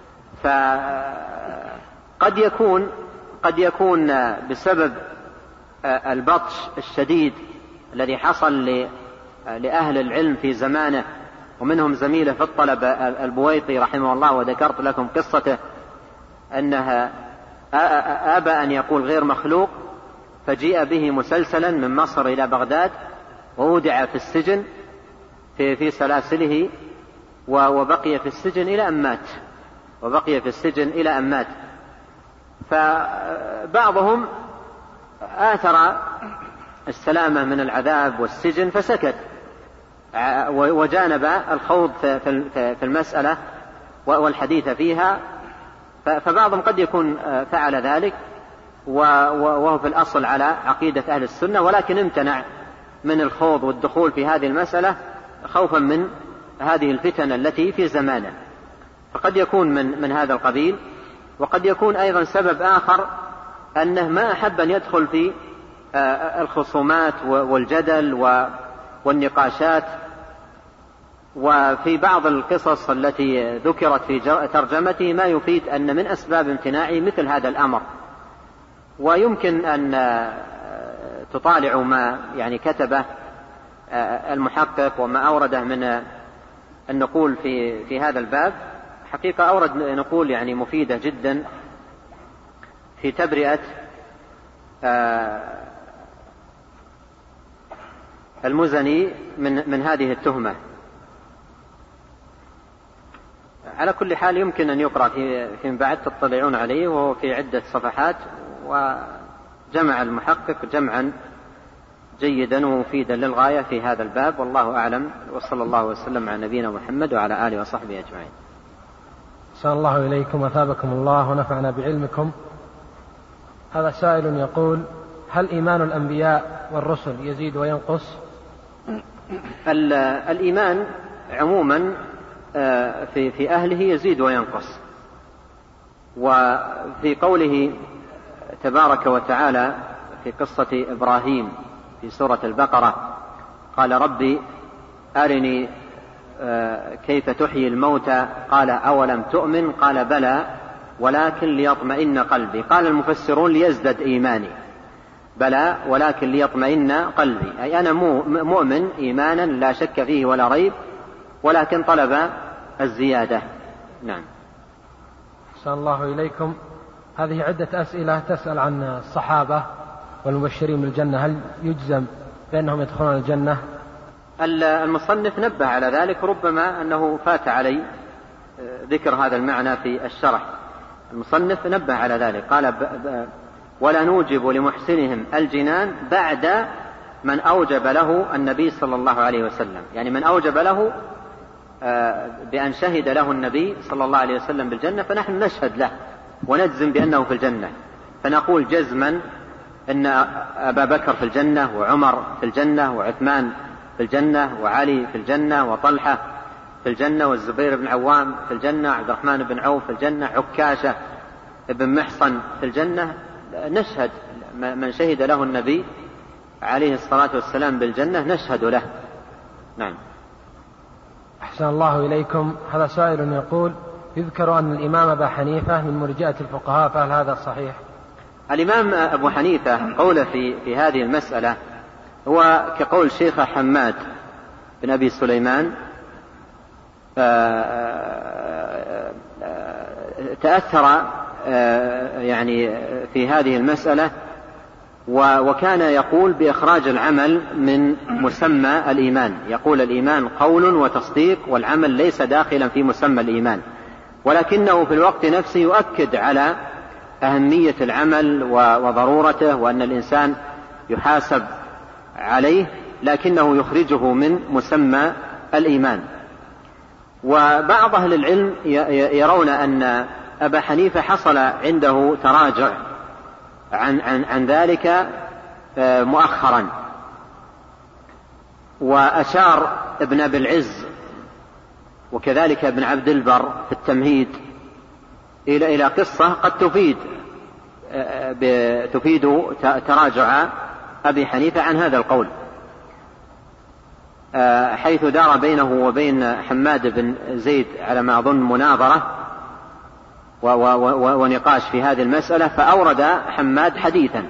فقد يكون بسبب البطش الشديد الذي حصل لأهل العلم في زمانه، ومنهم زميله في الطلب البويطي رحمه الله، وذكرت لكم قصته أنها أبى أن يقول غير مخلوق، فجيء به مسلسلا من مصر إلى بغداد وودع في السجن في سلاسله، وبقي في السجن إلى أن مات. فبعضهم آثر السلامة من العذاب والسجن فسكت وجانب الخوض في المسألة والحديث فيها، فبعضهم قد يكون فعل ذلك وهو في الأصل على عقيدة أهل السنة، ولكن امتنع من الخوض والدخول في هذه المسألة خوفا من هذه الفتن التي في زمانه، فقد يكون من هذا القبيل. وقد يكون أيضا سبب آخر أنه ما أحب أن يدخل في الخصومات والجدل والنقاشات. وفي بعض القصص التي ذكرت في ترجمته ما يفيد أن من أسباب امتناعه مثل هذا الأمر. ويمكن أن تطالعوا ما يعني كتبه المحقق وما أورده من النقول في هذا الباب. حقيقة أورد نقول يعني مفيدة جدا في تبرئة المزني من هذه التهمة. على كل حال يمكن أن يقرأ في بعد تطلعون عليه، وهو في عدة صفحات، وجمع المحقق جمعا جيدا ومفيدا للغاية في هذا الباب. والله أعلم، وصلى الله وسلم على نبينا محمد وعلى آله وصحبه أجمعين. أحسن الله إليكم وثابكم الله ونفعنا بعلمكم. هذا سائل يقول: هل إيمان الأنبياء والرسل يزيد وينقص؟ الإيمان عموما في أهله يزيد وينقص. وفي قوله تبارك وتعالى في قصة إبراهيم في سورة البقرة قال: ربي أرني كيف تحيي الموتى، قال: أولم تؤمن؟ قال: بلى ولكن ليطمئن قلبي. قال المفسرون: ليزدد إيماني. بلى ولكن ليطمئن قلبي، أي أنا مؤمن إيمانا لا شك فيه ولا ريب، ولكن طلب الزيادة. نعم. أحسن الله إليكم. هذه عدة أسئلة تسأل عن الصحابة والمبشرين بالجنة، هل يجزم بأنهم يدخلون الجنة؟ المصنف نبه على ذلك، ربما أنه فات علي ذكر هذا المعنى في الشرح. المصنف نبه على ذلك، قال: ولا نوجب لمحسنهم الجنان بعد من أوجب له النبي صلى الله عليه وسلم، يعني من أوجب له بأن شهد له النبي صلى الله عليه وسلم بالجنة، فنحن نشهد له ونجزم بأنه في الجنة، فنقول جزما أن أبا بكر في الجنة، وعمر في الجنة، وعثمان في الجنة، وعلي في الجنة، وطلحة في الجنة، والزبير بن عوام في الجنة، عبد الرحمن بن عوف في الجنة، عكاشة بن محصن في الجنة. نشهد من شهد له النبي عليه الصلاة والسلام بالجنة نشهد له. نعم. أحسن الله إليكم. هذا سائل يقول: يذكر أن الإمام أبا حنيفة من مرجئة الفقهاء، فهل هذا صحيح؟ الإمام أبو حنيفة قوله في هذه المسألة هو كقول شيخ حماد بن أبي سليمان، تأثر يعني في هذه المسألة، وكان يقول بإخراج العمل من مسمى الإيمان. يقول: الإيمان قول وتصديق، والعمل ليس داخلا في مسمى الإيمان، ولكنه في الوقت نفسه يؤكد على أهمية العمل وضرورته، وأن الإنسان يحاسب عليه، لكنه يخرجه من مسمى الإيمان. وبعض أهل العلم يرون أن أبا حنيفة حصل عنده تراجع عن ذلك مؤخرا. وأشار ابن أبي العز وكذلك ابن عبد البر في التمهيد إلى قصة قد تفيد تراجع أبي حنيفة عن هذا القول، حيث دار بينه وبين حماد بن زيد على ما أظن مناظرة ونقاش في هذه المسألة، فأورد حماد حديثا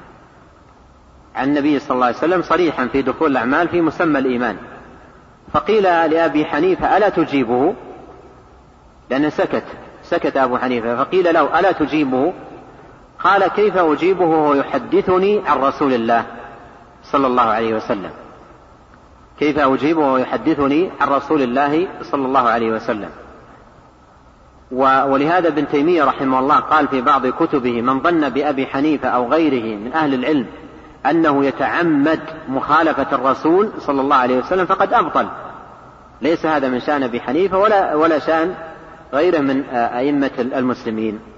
عن النبي صلى الله عليه وسلم صريحا في دخول الأعمال في مسمى الإيمان. فقيل لأبي حنيفة: ألا تجيبه؟ لأنه سكت أبو حنيفة، فقيل له: ألا تجيبه؟ قال: كيف أجيبه وهو يحدثني عن رسول الله صلى الله عليه وسلم؟ كيف أجيبه وهو يحدثني عن رسول الله صلى الله عليه وسلم؟ ولهذا ابن تيمية رحمه الله قال في بعض كتبه: من ظن بأبي حنيفة أو غيره من أهل العلم أنه يتعمد مخالفة الرسول صلى الله عليه وسلم فقد أبطل. ليس هذا من شأن أبي حنيفة ولا شأن غيره من أئمة المسلمين.